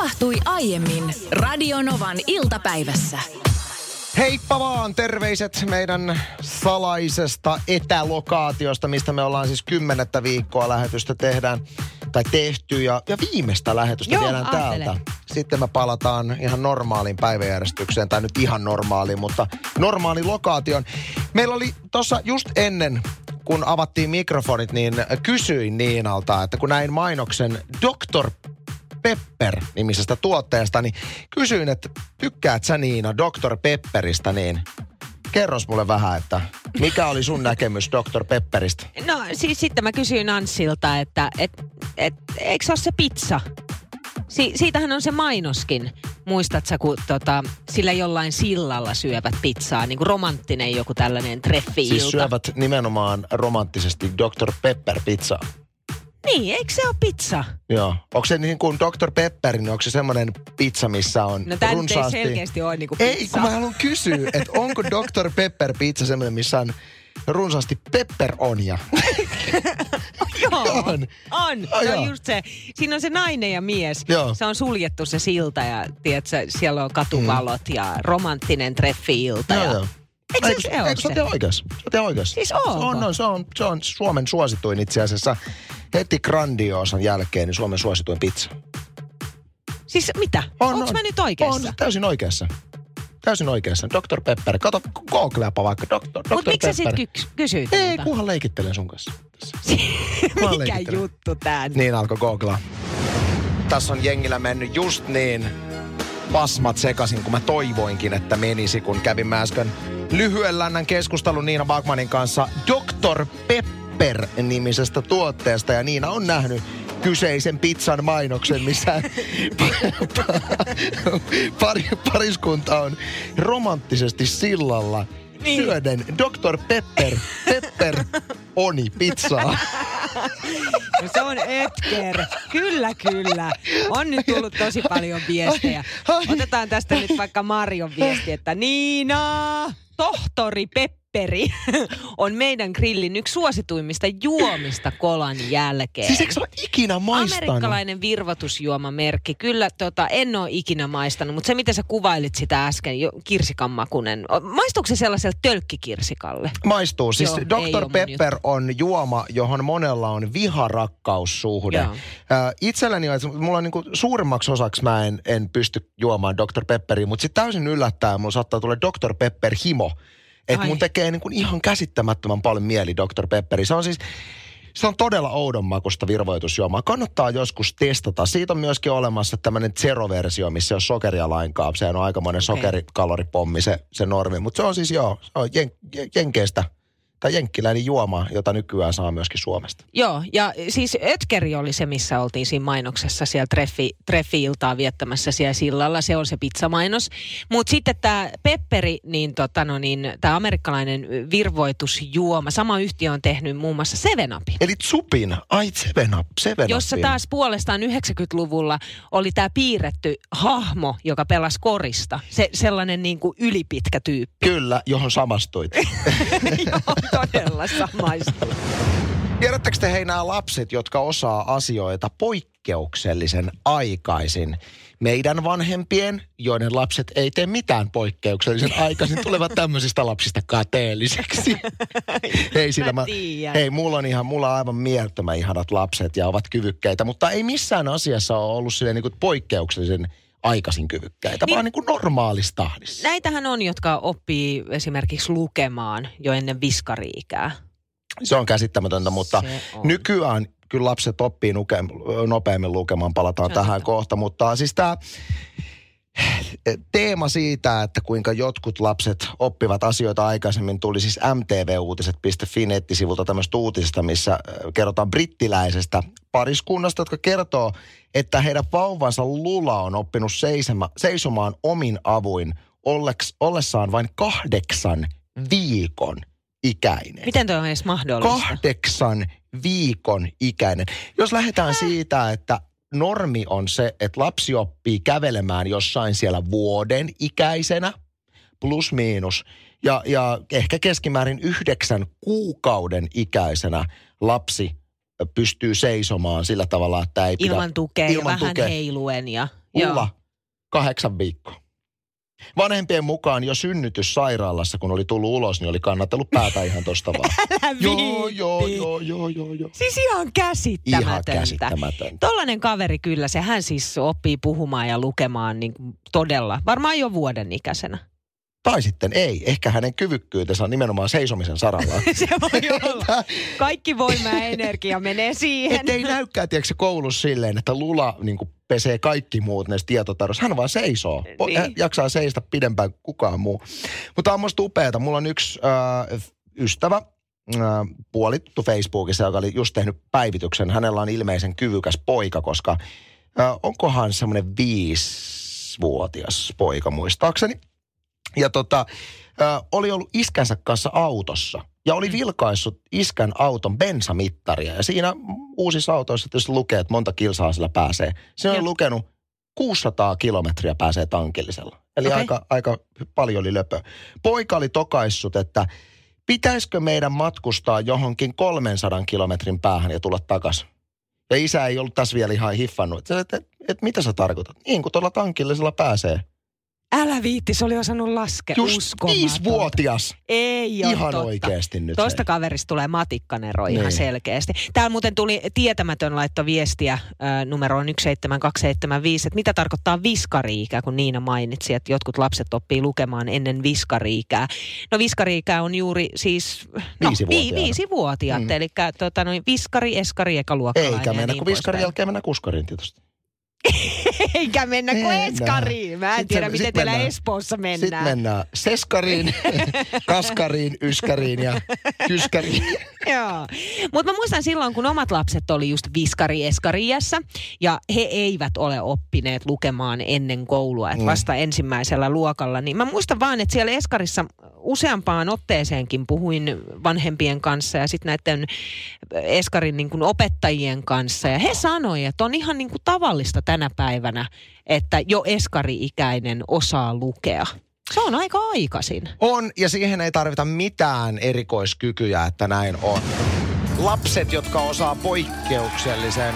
tapahtui aiemmin Radionovan iltapäivässä. Heippa vaan, terveiset meidän salaisesta etälokaatiosta, mistä me ollaan siis 10. viikkoa lähetystä tehty ja viimeistä lähetystä viedään täältä. Sitten me palataan ihan normaaliin päiväjärjestykseen, tai nyt ihan normaaliin, mutta normaali lokaation. Meillä oli tuossa just ennen, kun avattiin mikrofonit, niin kysyin Niinalta, että kun näin mainoksen Dr. Pepper-nimisestä tuotteesta, niin kysyin, että tykkäät sä Niina Dr. Pepperistä, niin kerros mulle vähän, että mikä oli sun näkemys Dr. Pepperistä? No siis sitten mä kysyin Anssilta, että eikö se ole se pizza? Siitähän on se mainoskin. Muistatko, kun sillä jollain sillalla syövät pizzaa, niin kuin romanttinen joku tällainen treffi-ilta? Siis syövät nimenomaan romanttisesti Dr. Pepper-pizzaa. Niin, eikö se ole pizza? Joo. Onko se niin kuin Dr. Pepper, niin onko se semmoinen pizza, missä on runsaasti... No tämä ei selkeästi ole niin kuin pizza. Ei, kun mä haluan kysyä, että onko Dr. Pepper pizza semmoinen, missä on runsaasti pepperonia? Joo, on. Oh, se on just se. Siinä on se nainen ja mies. Joo. Se on suljettu se silta ja tiedätkö, siellä on katuvalot ja romanttinen treffi-ilta. Joo. Eikö se ole se? Sä oot oikeassa. Siis onko? Se on Suomen suosituin itse asiassa. Heti Grandioosan jälkeen niin Suomen suosituin pizza. Siis mitä? Onko mä nyt oikeassa? On täysin oikeassa. Dr. Pepper. Kato, googleapa vaikka Dr. Pepper. Mutta miksi sä sit kysyit? Ei, kunhan leikittelen sun kanssa. Mikä juttu tää? Niin alkoi googlaa. Tässä on jengillä mennyt just niin pasmat sekaisin, kun mä toivoinkin, että menisi, kun kävimme äsken lyhyen lännän keskustelun Niina Backmanin kanssa Dr. Pepper-nimisestä tuotteesta. Ja Niina on nähnyt kyseisen pizzan mainoksen, missä pariskunta on romanttisesti sillalla syöden Dr. Pepper Oni pizzaa. No se on Ötker. Kyllä. On nyt tullut tosi paljon viestejä. Otetaan tästä nyt vaikka Marion viesti, että Niina, tohtori Pepperi on meidän grillin yksi suosituimmista juomista kolan jälkeen. Siis eikö sä ole ikinä maistanut? Amerikkalainen virvoitusjuomamerkki. Kyllä en ole ikinä maistanut, mutta se miten sä kuvailit sitä äsken, kirsikan makunen. Maistuuko se sellaiselle tölkkikirsikalle? Maistuu. Siis Joo, Dr. Pepper on juoma, johon monella on viharakkaussuhde. Itselläni mulla on niinku suurimmaksi osaksi mä en pysty juomaan Dr. Pepperia, mutta sitten täysin yllättäen mulla saattaa tulla Dr. Pepper himo. Että mun tekee niin kuin ihan käsittämättömän paljon mieli Dr. Pepperi. Se on todella oudon makusta virvoitusjuomaa. Kannattaa joskus testata. Siitä on myöskin olemassa tämmöinen zero-versio, missä ei ole sokeria lainkaan. Se on aikamoinen sokerikaloripommi se normi. Mutta se on siis se on jenkeistä tai jenkkiläinen juoma, jota nykyään saa myöskin Suomesta. Joo, ja siis Ötkeri oli se, missä oltiin siinä mainoksessa siellä treffi-iltaa viettämässä siellä sillalla. Se on se pizzamainos. Mutta sitten tämä Pepperi, niin tämä amerikkalainen virvoitusjuoma, sama yhtiö on tehnyt muun muassa 7-Upin. Eli Tsupin, Seven jossa taas puolestaan 90-luvulla oli tämä piirretty hahmo, joka pelasi korista. Sellainen niin kuin ylipitkä tyyppi. Kyllä, johon samastuit. Joo, todella samaistui. Tiedättekö te nämä lapset, jotka osaa asioita poikkeuksellisen aikaisin? Meidän vanhempien, joiden lapset ei tee mitään poikkeuksellisen aikaisin, tulevat tämmöisistä lapsista kateelliseksi. Mulla on aivan mielettömän ihanat lapset ja ovat kyvykkäitä, mutta ei missään asiassa ole ollut silleen niin kuin poikkeuksellisen aikaisin kyvykkäitä, vaan niin kuin normaalissa tahdissa. Näitähän on, jotka oppii esimerkiksi lukemaan jo ennen viskari-ikää. Se on käsittämätöntä, mutta nykyään kyllä lapset oppii nopeammin lukemaan, palataan tähän kohta. Mutta siis tämä teema siitä, että kuinka jotkut lapset oppivat asioita aikaisemmin, tuli siis mtvuutiset.fi nettisivulta tämmöistä uutisesta, missä kerrotaan brittiläisestä pariskunnasta, jotka kertoo, että heidän vauvansa Lula on oppinut seisomaan omin avuin ollessaan vain 8 viikon ikäinen. Miten toi on edes mahdollista? 8 viikon ikäinen. Jos lähdetään siitä, että normi on se, että lapsi oppii kävelemään jossain siellä vuoden ikäisenä, plus miinus, ja ehkä keskimäärin 9 kuukauden ikäisenä lapsi pystyy seisomaan sillä tavalla, että ei pidä... Ilman tukea, vähän heiluen ja Lula, 8 viikkoa. Vanhempien mukaan jo synnytyssairaalassa, kun oli tullut ulos, niin oli kannatellut päätä ihan tosta vaan. Älä Joo. Siis ihan käsittämätöntä. Ihan käsittämätöntä. Tollainen kaveri kyllä, hän siis oppii puhumaan ja lukemaan niin todella, varmaan jo vuoden ikäisenä. Tai sitten ei. Ehkä hänen kyvykkyytensä on nimenomaan seisomisen saralla. Se voi olla. Kaikki voima ja energia menee siihen. Että ei näykään, tiedätkö, koulussa silleen, että Lula niin kuin pesee kaikki muut näistä tietotaidoista. Hän vaan seisoo. Niin. Hän jaksaa seistä pidempään kuin kukaan muu. Mutta on musta upeata. Mulla on yksi ystävä, puolittu Facebookissa, joka oli just tehnyt päivityksen. Hänellä on ilmeisen kyvykäs poika, koska onkohan semmoinen 5-vuotias poika muistaakseni. Ja oli ollut iskänsä kanssa autossa ja oli vilkaissut iskän auton bensamittaria. Ja siinä uusissa autoissa tietysti lukee, että monta kilsaa sillä pääsee. Siinä on lukenut 600 kilometriä pääsee tankillisella. Eli aika paljon oli löpö. Poika oli tokaissut, että pitäisikö meidän matkustaa johonkin 300 kilometrin päähän ja tulla takaisin. Ja isä ei ollut tässä vielä ihan hiffannut. Että mitä sä tarkoitat? Niin, kun tuolla tankillisella pääsee. Älä viitti, se oli osannut laskea. Just 5-vuotias. Ei ole ihan totta. Oikeasti nyt. Toista kaverista tulee matikkanero ihan selkeästi. Täällä muuten tuli tietämätön laitto viestiä numeroon 17275, että mitä tarkoittaa viskari-ikä, kun Niina mainitsi, että jotkut lapset oppii lukemaan ennen viskari-ikää. No viskari-ikä on juuri siis 5-vuotiaat, eli viskari, eskari, ekaluokkalainen. Eikä mennä, kun viskarin jälkeen mennä kuskariin tietysti. Eikä mennä kuin eskariin. Mä en tiedä, miten teillä Espoossa mennään. Sitten mennään seskariin, kaskariin, yskäriin ja kyskäriin. Joo. Mutta mä muistan silloin, kun omat lapset oli just viskari-eskari-iässä ja he eivät ole oppineet lukemaan ennen koulua, että vasta ensimmäisellä luokalla. Niin mä muistan vaan, että siellä eskarissa useampaan otteeseenkin puhuin vanhempien kanssa ja sitten näiden eskarin niin kuin opettajien kanssa. Ja he sanoivat, että on ihan niin kuin tavallista tänä päivänä, että jo eskari-ikäinen osaa lukea. Se on aika aikaisin. On, ja siihen ei tarvita mitään erikoiskykyjä, että näin on. Lapset, jotka osaa poikkeuksellisen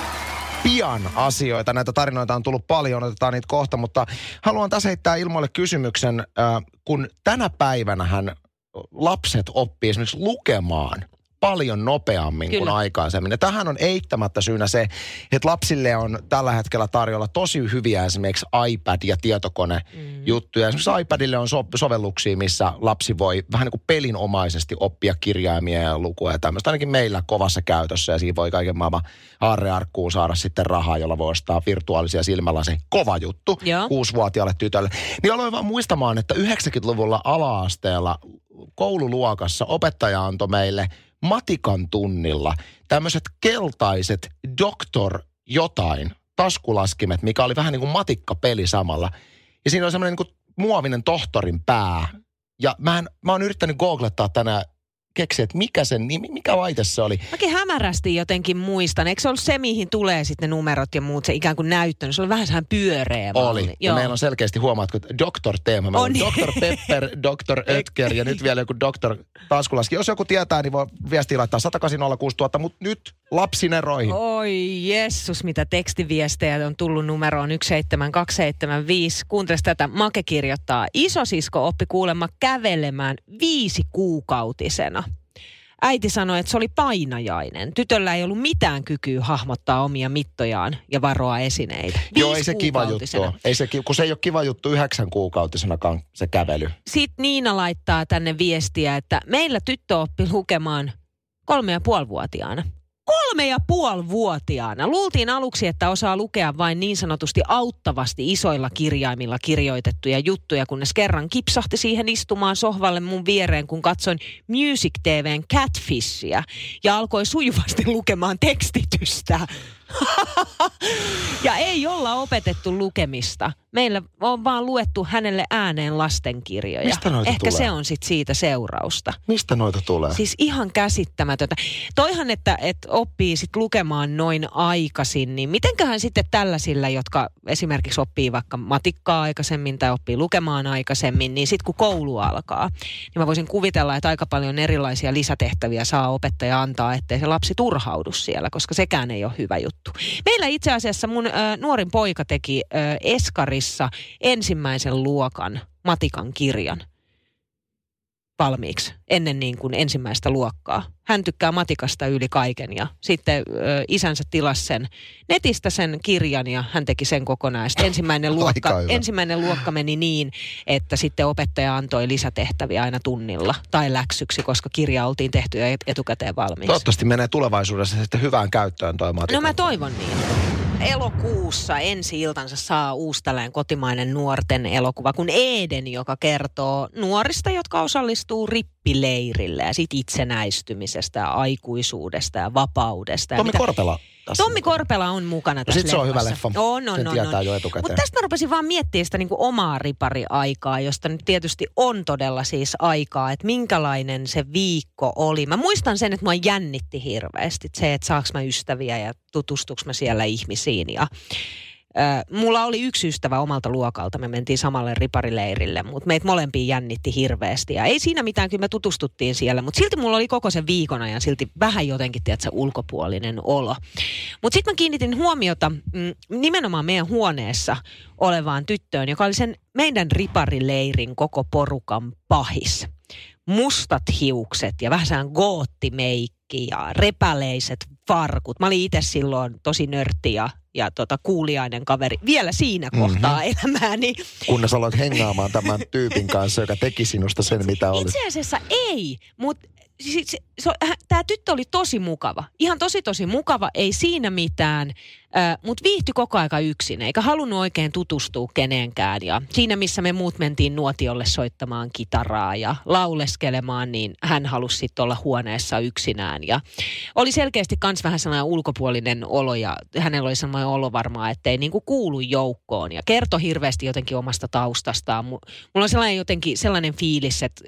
pian asioita. Näitä tarinoita on tullut paljon, otetaan niitä kohta, mutta haluan tässä heittää ilmoille kysymyksen, kun tänä päivänähän lapset oppii esimerkiksi lukemaan paljon nopeammin kuin aikaisemmin. Ja tähän on eittämättä syynä se, että lapsille on tällä hetkellä tarjolla tosi hyviä esimerkiksi iPad- ja tietokone-juttuja. Esimerkiksi iPadille on sovelluksia, missä lapsi voi vähän niin kuin pelinomaisesti oppia kirjaimia ja lukua ja tämmöistä. Ainakin meillä kovassa käytössä ja siinä voi kaiken maailman aarrearkkuun saada sitten rahaa, jolla voi ostaa virtuaalisia silmälaseja. Kova juttu 6-vuotiaalle tytölle. Niin aloin vaan muistamaan, että 90-luvulla ala-asteella koululuokassa opettaja antoi meille matikan tunnilla tämmöiset keltaiset doktor jotain taskulaskimet, mikä oli vähän niin kuin matikkapeli samalla. Ja siinä oli semmoinen niin kuin muovinen tohtorin pää. Ja mä oon yrittänyt googlettaa tänään, keksiä, että mikä laite se oli. Mäkin hämärästi jotenkin muistan. Eikö se ollut se, mihin tulee sitten ne numerot ja muut, se ikään kuin näyttänyt? Se oli vähän sehän pyöreä malli. Oli. Ja meillä on selkeästi huomattu, että Doktor-teema. Meillä on Dr. Pepper, Dr. Ötker ja nyt vielä joku Dr. Taskulaski. Jos joku tietää, niin voi viestiä laittaa 1806000, mutta nyt lapsineroihin. Oi jessus, mitä tekstiviestejä on tullut numeroon 17275. Kuunteles tätä. Make kirjoittaa. Isosisko oppi kuulemma kävelemään 5-kuukautisena. Äiti sanoi, että se oli painajainen. Tytöllä ei ollut mitään kykyä hahmottaa omia mittojaan ja varoa esineitä. Joo, ei se kiva juttu. Kun se ei ole kiva juttu 9-kuukautisenakaan se kävely. Sitten Niina laittaa tänne viestiä, että meillä tyttö oppi lukemaan 3,5-vuotiaana. 3,5-vuotiaana. Luultiin aluksi, että osaa lukea vain niin sanotusti auttavasti isoilla kirjaimilla kirjoitettuja juttuja, kunnes kerran kipsahti siihen istumaan sohvalle mun viereen, kun katsoin Music TV:n Catfishia ja alkoi sujuvasti lukemaan tekstitystä. Ja ei olla opetettu lukemista meillä on vaan luettu hänelle ääneen lastenkirjoja. Mistä noita Ehkä tulee? se on sitten siitä seurausta. Mistä noita tulee? Siis ihan käsittämätöntä. Toihan, että oppii sitten lukemaan noin aikaisin, niin mitenköhän sitten tällaisilla, jotka esimerkiksi oppii vaikka matikkaa aikaisemmin tai oppii lukemaan aikaisemmin, niin sitten kun koulu alkaa, niin mä voisin kuvitella, että aika paljon erilaisia lisätehtäviä saa opettaja antaa, ettei se lapsi turhaudu siellä, koska sekään ei ole hyvä juttu. Meillä itse asiassa mun nuorin poika teki eskarissa ensimmäisen luokan matikan kirjan valmiiksi ennen niin kuin ensimmäistä luokkaa. Hän tykkää matikasta yli kaiken ja sitten isänsä tilasi sen netistä sen kirjan ja hän teki sen kokonaan. Sitten ensimmäinen luokka meni niin, että sitten opettaja antoi lisätehtäviä aina tunnilla tai läksyksi, koska kirja oltiin tehty jo etukäteen valmiiksi. Toivottavasti menee tulevaisuudessa sitten hyvään käyttöön toi matikka. No mä toivon niin. Elokuussa ensi-iltansa saa uusi tällainen kotimainen nuorten elokuva kuin Eden, joka kertoo nuorista, jotka osallistuu rippileirille ja sit itsenäistymisestä ja aikuisuudesta ja vapaudesta. Tommi Korpela. Tommi Korpela on mukana tässä leffassa. Se on hyvä leffa. On. Sen tietää jo etukäteen. Mutta tästä mä rupesin vaan miettimään sitä niinku omaa ripariaikaa, josta nyt tietysti on todella siis aikaa, että minkälainen se viikko oli. Mä muistan sen, että mua jännitti hirveästi se, että saaks mä ystäviä ja tutustuks mä siellä ihmisiin ja mulla oli yksi ystävä omalta luokalta, me mentiin samalle riparileirille, mutta meitä molempia jännitti hirveästi. Ja ei siinä mitään, kyllä me tutustuttiin siellä, mutta silti mulla oli koko sen viikon ajan silti vähän jotenkin, tiedätkö, ulkopuolinen olo. Mutta sitten mä kiinnitin huomiota nimenomaan meidän huoneessa olevaan tyttöön, joka oli sen meidän riparileirin koko porukan pahis. Mustat hiukset ja vähän sehän goottimeikki ja repäleiset farkut. Mä olin itse silloin tosi nörtti ja kuuliainen kaveri vielä siinä kohtaa elämääni. Kunnes aloit hengaamaan tämän tyypin kanssa, joka teki sinusta sen, mitä oli. Itse asiassa ei, mutta tämä tyttö oli tosi mukava. Ihan tosi mukava, ei siinä mitään, mutta viihtyi koko aika yksin, eikä halunnut oikein tutustua kenenkään. Ja siinä, missä me muut mentiin nuotiolle soittamaan kitaraa ja lauleskelemaan, niin hän halusi sitten olla huoneessa yksinään. Ja oli selkeästi myös vähän sellainen ulkopuolinen olo ja hänellä oli sellainen olo varmaan, ettei niinku kuulu joukkoon. Ja kertoi hirveästi jotenkin omasta taustastaan. Mulla on sellainen fiilis, että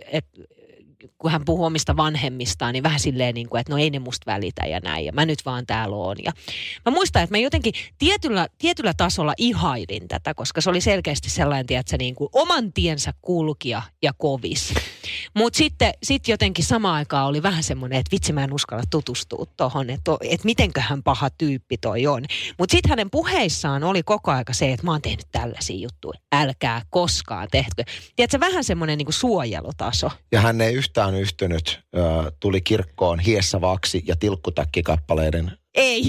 kun hän puhuu omista vanhemmistaan, niin vähän silleen niin kuin, että no ei ne musta välitä ja näin. Ja mä nyt vaan täällä oon. Ja mä muistan, että mä jotenkin tietyllä tasolla ihailin tätä, koska se oli selkeästi sellainen, tiedätkö, niin kuin oman tiensä kulkija ja kovis. Mutta sitten jotenkin samaan aikaan oli vähän semmoinen, että vitsi mä en uskalla tutustua tohon, että mitenköhän paha tyyppi toi on. Mutta sitten hänen puheissaan oli koko aika se, että mä oon tehnyt tällaisia juttuja. Älkää koskaan tehtkö. Tiedätkö, vähän semmoinen niin kuin suojelutaso. Ja hän ei yhtään yhtynyt, tuli kirkkoon hiessavaksi ja tilkkutäkkikappaleiden ei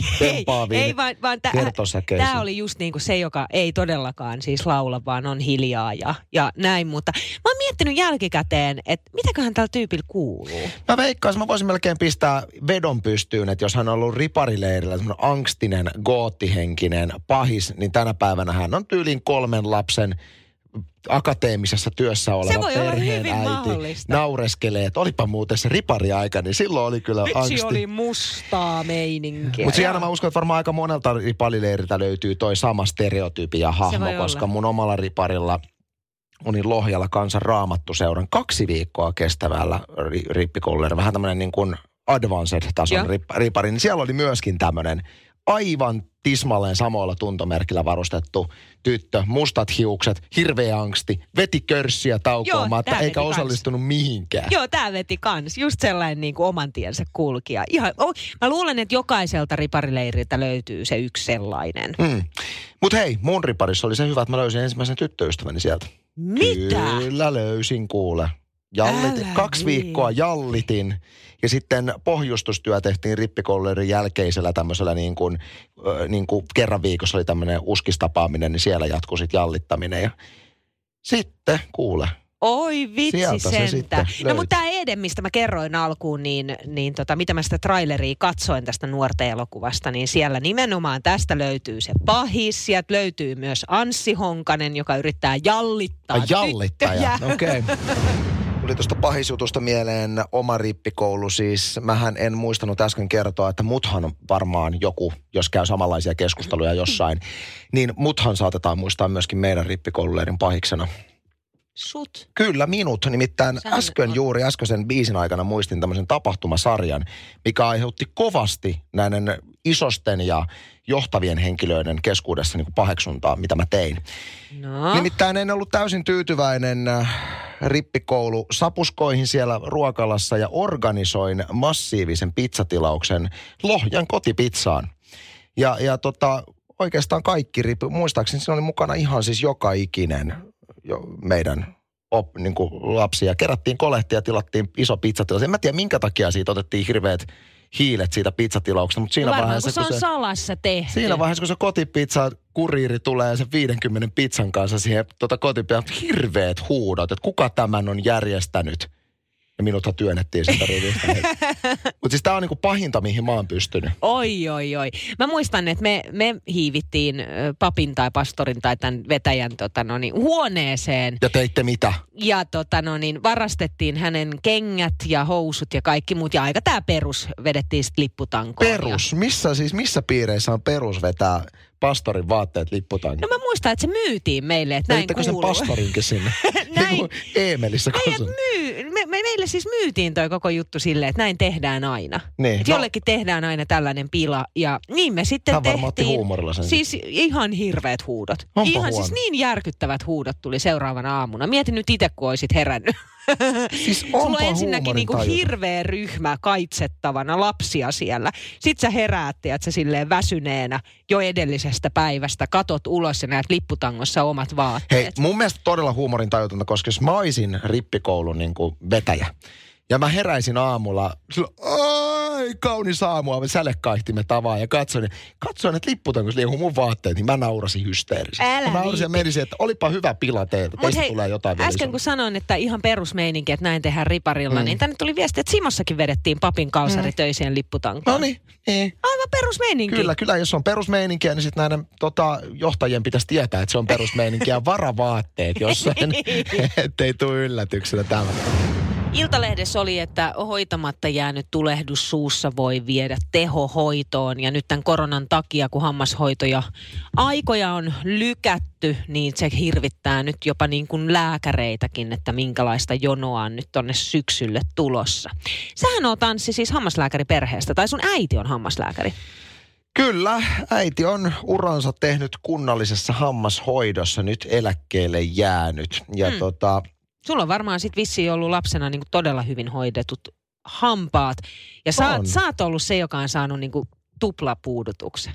vaan tämä oli just niin kuin se, joka ei todellakaan siis laula, vaan on hiljaa ja näin. Mutta mä oon miettinyt jälkikäteen, että mitäköhän tällä tyypillä kuuluu. Mä veikkaisin, mä voisin melkein pistää vedon pystyyn, että jos hän on ollut riparileirillä semmoinen angstinen, goottihenkinen pahis, niin tänä päivänä hän on tyyliin 3 lapsen akateemisessa työssä oleva perheenäiti naureskelee, että olipa muuten se ripariaika, niin silloin oli kyllä angsti. Vitsi oli mustaa meininkiä. Mutta siinä mä uskon, että varmaan aika monelta riparileiriltä löytyy toi sama stereotyypi ja hahmo, koska mun omalla riparilla olin Lohjalla Kansan Raamattuseuran 2 viikkoa kestävällä rippikoululla, vähän tämmöinen niin kuin advanced-tason ripari, niin siellä oli myöskin tämmöinen aivan tismalleen samoilla tuntomerkillä varustettu tyttö, mustat hiukset, hirveä angsti, veti körssiä taukoamatta eikä osallistunut mihinkään. Joo, tää veti kans. Just sellainen niin kuin oman tiensä kulkija. Mä luulen, että jokaiselta riparileiriltä löytyy se yksi sellainen. Mutta hei, mun riparissa oli se hyvä, että mä löysin ensimmäisen tyttöystäväni sieltä. Mitä? Kyllä löysin, kuule. 2 viikkoa jallitin. Ja sitten pohjustustyö tehtiin rippikoulujen jälkeisellä tämmöisellä niin kuin kerran viikossa oli tämmöinen uskistapaaminen, niin siellä jatkui sitten jallittaminen. Ja sitten, kuule. Oi vitsi sentä. No mutta tämä Eden, mistä mä kerroin alkuun, niin mitä mä sitä traileria katsoin tästä nuorten elokuvasta, niin siellä nimenomaan tästä löytyy se pahis. Sieltä löytyy myös Anssi Honkanen, joka yrittää jallittaa Jallittaja, okei. Tuli tuosta pahisjutusta mieleen oma rippikoulu, siis mähän en muistanut äsken kertoa, että muthan varmaan joku, jos käy samanlaisia keskusteluja jossain, niin muthan saatetaan muistaa myöskin meidän rippikoululeirin pahiksena. Sut? Kyllä, minut. Nimittäin juuri äskeisen biisin aikana muistin tämmöisen tapahtumasarjan, mikä aiheutti kovasti näiden isosten ja johtavien henkilöiden keskuudessa niin kuin paheksuntaa, mitä mä tein. No. Nimittäin en ollut täysin tyytyväinen rippikoulu sapuskoihin siellä ruokalassa ja organisoin massiivisen pizzatilauksen Lohjan kotipizzaan. Ja oikeastaan kaikki muistaakseni siinä oli mukana ihan siis joka ikinen meidän niin kuin lapsia. Kerättiin kolehtia ja tilattiin iso pizzatilaus. En mä tiedä, minkä takia siitä otettiin hirveät hiilet siitä pizzatilauksesta, mutta siinä vaiheessa, kun se on salassa tehty. Siinä vaiheessa, kun se kotipizza kuriiri tulee sen 50 pizzan kanssa siihen kotipizzaan, hirveät huudot, että kuka tämän on järjestänyt. Ja minuthan työnnettiin sitä rivistä. Mutta siis tää on niinku pahinta, mihin mä oon pystynyt. Oi. Mä muistan, että me hiivittiin papin tai pastorin tai tämän vetäjän huoneeseen. Ja teitte mitä? Ja varastettiin hänen kengät ja housut ja kaikki muut. Ja aika tää perus vedettiin sitten lipputankoon. Perus? Missä piireissä on perus vetää pastorin vaatteet lipputankoon? No mä muistan, että se myytiin meille, että näin kuuluu. Sen pastorinkin sinne? Näin. Eemelissä kanssa. Meille siis myytiin toi koko juttu silleen, että näin tehdään aina. Niin, että jollekin tehdään aina tällainen pila. Ja niin me sitten tehtiin. Hän varmaan otti huumorilla sen. Siis ihan hirveät huudot. Onpa ihan huono. Siis niin järkyttävät huudot tuli seuraavana aamuna. Mietin nyt itse, kun olisit herännyt. Siis sulla on ensinnäkin niinku hirveä ryhmä kaitsettavana lapsia siellä. Sitten sä heräät, että sä silleen väsyneenä jo edellisestä päivästä. Katot ulos ja näet lipputangossa omat vaatteet. Hei, mun mielestä todella huumorin tajutonta, koska jos mä olisin rippikoulun niin kuin vetäjä ja mä heräisin aamulla, kaunis aamua, sälekaihtimet avaa ja katsoin, että lipputangossa liehuu mun vaatteet, niin mä naurasin hysteerisesti. Mä naurasin ja menisin, että olipa hyvä pila teiltä. Teistä tulee jotain vielä äsken kun sanoin, että ihan perusmeininki, että näin tehdään riparilla, niin tänne tuli viesti, että Simossakin vedettiin papin kalsaritöiseen lipputankoon. No niin. Aivan perusmeininki. Kyllä, jos on perusmeininkiä, niin sitten näiden johtajien pitäisi tietää, että se on perusmeininkiä ja varavaatteet jossain, ettei tule yllätyksenä tämä. Iltalehdessä oli, että hoitamatta jäänyt tulehdus suussa voi viedä tehohoitoon. Ja nyt tämän koronan takia, kun hammashoitoja aikoja on lykätty, niin se hirvittää nyt jopa niin kuin lääkäreitäkin, että minkälaista jonoa on nyt tonne syksylle tulossa. Sähän oot Anssi siis hammaslääkäriperheestä, tai sun äiti on hammaslääkäri. Kyllä, äiti on uransa tehnyt kunnallisessa hammashoidossa, nyt eläkkeelle jäänyt. Ja sulla on varmaan sit vissiin ollut lapsena niinku todella hyvin hoidetut hampaat. Ja sä oot ollut se, joka on saanut niinku tuplapuudutuksen.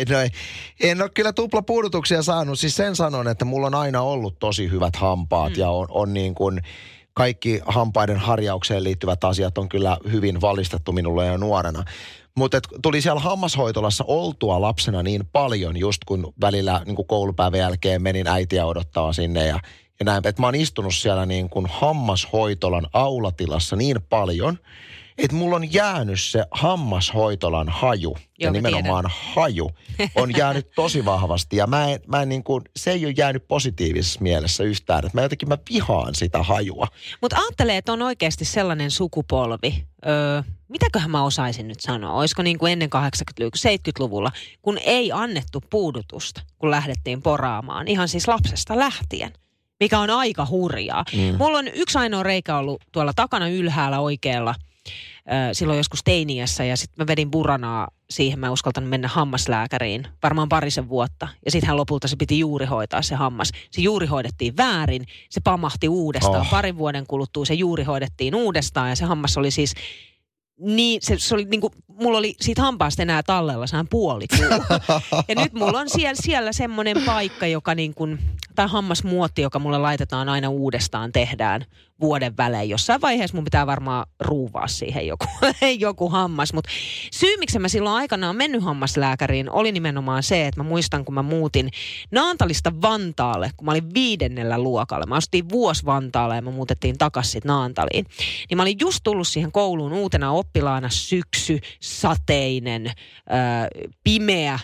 En ole kyllä tuplapuudutuksia saanut. Siis sen sanon, että mulla on aina ollut tosi hyvät hampaat ja on niin kuin kaikki hampaiden harjaukseen liittyvät asiat on kyllä hyvin valistettu minulle jo nuorena. Mutta tuli siellä hammashoitolassa oltua lapsena niin paljon, just kun välillä niin kuin koulupäivän jälkeen menin äitiä odottaa sinne ja näin, että mä oon istunut siellä niin kuin hammashoitolan aulatilassa niin paljon, että mulla on jäänyt se hammashoitolan haju, ja nimenomaan haju, on jäänyt tosi vahvasti. Ja mä en niin kuin, se ei ole jäänyt positiivisessa mielessä yhtään, että mä vihaan sitä hajua. Mutta ajattelee, että on oikeasti sellainen sukupolvi, mitäköhän mä osaisin nyt sanoa, olisiko niin kuin ennen 70-luvulla, kun ei annettu puudutusta, kun lähdettiin poraamaan, ihan siis lapsesta lähtien. Mikä on aika hurjaa. Mulla on yksi ainoa reikä ollut tuolla takana ylhäällä oikealla silloin joskus teiniässä ja sitten mä vedin buranaa siihen. Mä en uskaltanut mennä hammaslääkäriin varmaan parisen vuotta. Ja sittenhän lopulta se piti juurihoitaa se hammas. Se juurihoidettiin väärin, se pamahti uudestaan. Parin vuoden kuluttua se juurihoidettiin uudestaan ja se hammas oli siis niin, se oli niinku, mulla oli siitä hampaasta enää tallella sehän puolipuu. Ja nyt mulla on siellä semmoinen paikka, joka niin kuin, tai hammasmuotti, joka mulle laitetaan aina uudestaan, tehdään vuoden välein. Jossain vaiheessa mun pitää varmaan ruuvaa siihen joku hammas. Mutta syy, miksi mä silloin aikanaan mennyt hammaslääkäriin, oli nimenomaan se, että mä muistan, kun mä muutin Naantalista Vantaalle, kun mä olin 5. luokalla. Mä asuttiin vuosi Vantaalle ja me muutettiin takaisin sit Naantaliin. Niin mä olin just tullut siihen kouluun uutena oppilaana, syksy, sateinen, pimeä,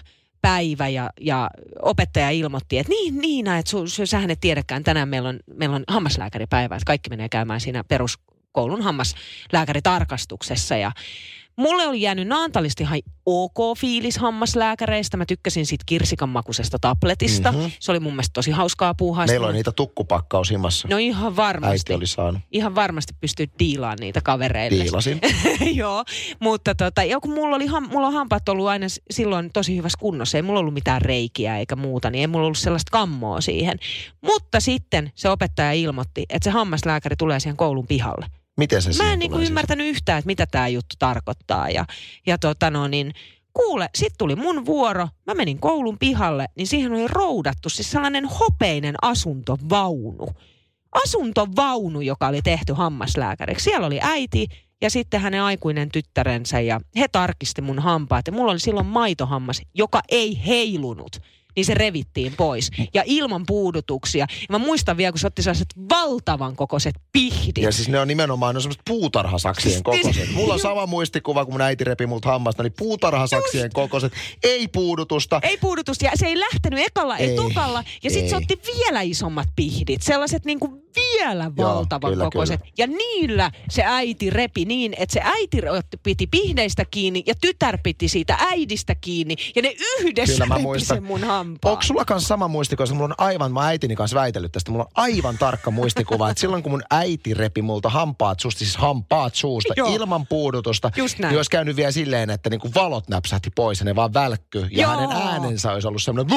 päivä ja opettaja ilmoitti, että Niina, että sähän et tiedäkään, tänään meillä on hammaslääkäripäivä, että kaikki menee käymään siinä peruskoulun hammaslääkäritarkastuksessa ja mulle oli jäänyt naantallisesti ihan ok fiilis hammaslääkäreistä. Mä tykkäsin siitä kirsikanmakuisesta tabletista. Mm-hmm. Se oli mun mielestä tosi hauskaa puuhaa. Meillä oli niitä tukkupakkaus himassa. No ihan varmasti. Äiti oli saanut. Ihan varmasti pystyy diilaamaan niitä kavereille. Diilasin. Joo, mutta ja kun mulla on hampaat ollut aina silloin tosi hyvässä kunnossa. Ei mulla ollut mitään reikiä eikä muuta, niin ei mulla ollut sellaista kammoa siihen. Mutta sitten se opettaja ilmoitti, että se hammaslääkäri tulee siihen koulun pihalle. Miten se Mä en ymmärtänyt yhtään, että mitä tämä juttu tarkoittaa. Kuule, sit tuli mun vuoro. Mä menin koulun pihalle, niin siihen oli roudattu siis sellainen hopeinen asuntovaunu. Asuntovaunu, joka oli tehty hammaslääkäriksi. Siellä oli äiti ja sitten hänen aikuinen tyttärensä ja he tarkisti mun hampaat. Ja mulla oli silloin maitohammas, joka ei heilunut. Niin se revittiin pois. Ja ilman puudutuksia. Ja mä muistan vielä, kun se otti sellaiset valtavan kokoiset pihdit. Ja siis ne on nimenomaan sellaiset puutarhasaksien kokoiset. Mulla on sama muistikuva, kun mun äiti repi multa hammasta, niin puutarhasaksien kokoiset. Ei puudutusta. Ei puudutusta. Ja se ei lähtenyt ekalla, ei tokalla. Ja sit se otti vielä isommat pihdit. Sellaiset niinku vielä valtavan kokoiset. Kyllä. Ja niillä se äiti repi niin, että se äiti piti pihdeistä kiinni ja tytär piti siitä äidistä kiinni. Ja ne yhdessä repi sen mun hampaan. Onko sulla kanssa sama muistikuva? Mä oon äitini kanssa väitellyt tästä. Mulla on aivan tarkka muistikuva, että silloin kun mun äiti repi multa hampaat suusta ilman puudutusta, niin olisi käynyt vielä silleen, että niinku valot näpsähti pois ja ne vaan välkky. Ja hänen äänensä olisi ollut semmoinen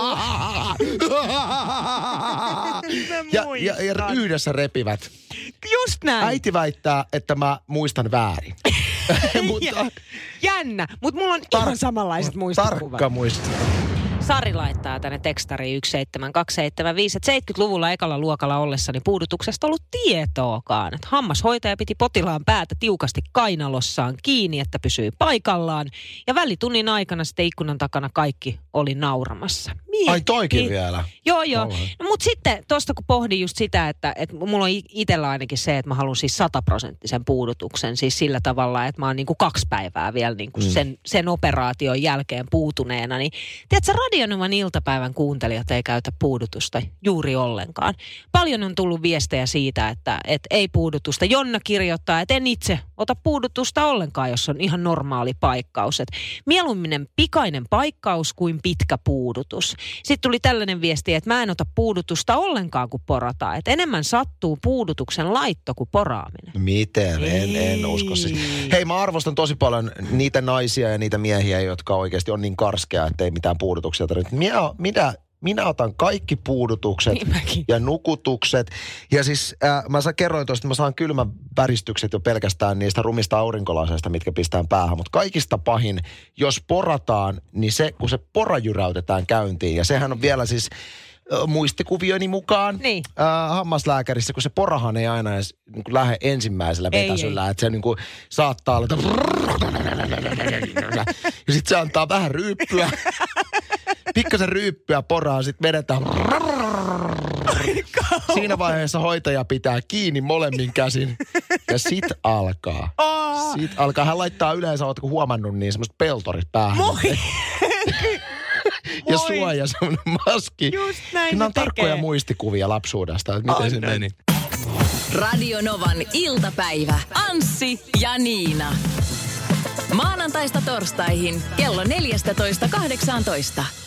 ja yhdessä repivät. Just näin. Äiti väittää, että mä muistan väärin. Jännä, mutta mulla on ihan samanlaiset muistikuvat. Tarkka muisti. Sari laittaa tänne tekstariin 17275, että 70-luvulla ekalla luokalla ollessani puudutuksesta ollut tietoakaan. Että hammashoitaja piti potilaan päätä tiukasti kainalossaan kiinni, että pysyi paikallaan. Ja välitunnin aikana sitten ikkunan takana kaikki oli nauramassa. Ai toikin vielä? Joo. No, mutta sitten tuosta kun pohdin just sitä, että mulla on itsellä ainakin se, että mä haluan siis 100% puudutuksen. Siis sillä tavalla, että mä oon niinku 2 päivää vielä niinku sen operaation jälkeen puutuneena. Niin, tiedätkö, Radionovan iltapäivän kuuntelijat ei käytä puudutusta juuri ollenkaan. Paljon on tullut viestejä siitä, että ei puudutusta. Jonna kirjoittaa, että en itse ota puudutusta ollenkaan, jos on ihan normaali paikkaus. Et mieluummin pikainen paikkaus kuin pitkä puudutus. Sitten tuli tällainen viesti, että mä en ota puudutusta ollenkaan, kun porataan. Että enemmän sattuu puudutuksen laitto kuin poraaminen. Miten? En usko siis. Hei, mä arvostan tosi paljon niitä naisia ja niitä miehiä, jotka oikeasti on niin karskeja, että ei mitään puudutuksia tarvitse. Minä otan kaikki puudutukset ja nukutukset. Ja siis mä kerroin tuosta, että mä saan kylmän väristykset jo pelkästään niistä rumista aurinkolaseista, mitkä pistään päähän. Mutta kaikista pahin, jos porataan, niin se, kun se pora jyräytetään käyntiin. Ja sehän on vielä siis muistikuvioni mukaan hammaslääkärissä, kun se porahan ei aina edes niin lähde ensimmäisellä vetäsyllä. Että se niin kuin saattaa olla ja sitten se antaa vähän ryyppyä. Pikkasen ryyppyä poraa, sitten vedetään. Siinä vaiheessa hoitaja pitää kiinni molemmin käsin. Ja sit alkaa. Hän laittaa yleensä, ootko huomannut, niin semmoiset peltorit päähän. Ja suoja, semmoinen maski. Just näin. Nämä on tarkkoja muistikuvia lapsuudesta, että miten se meni. Radionovan iltapäivä. Anssi ja Niina. Maanantaista torstaihin kello 14.18.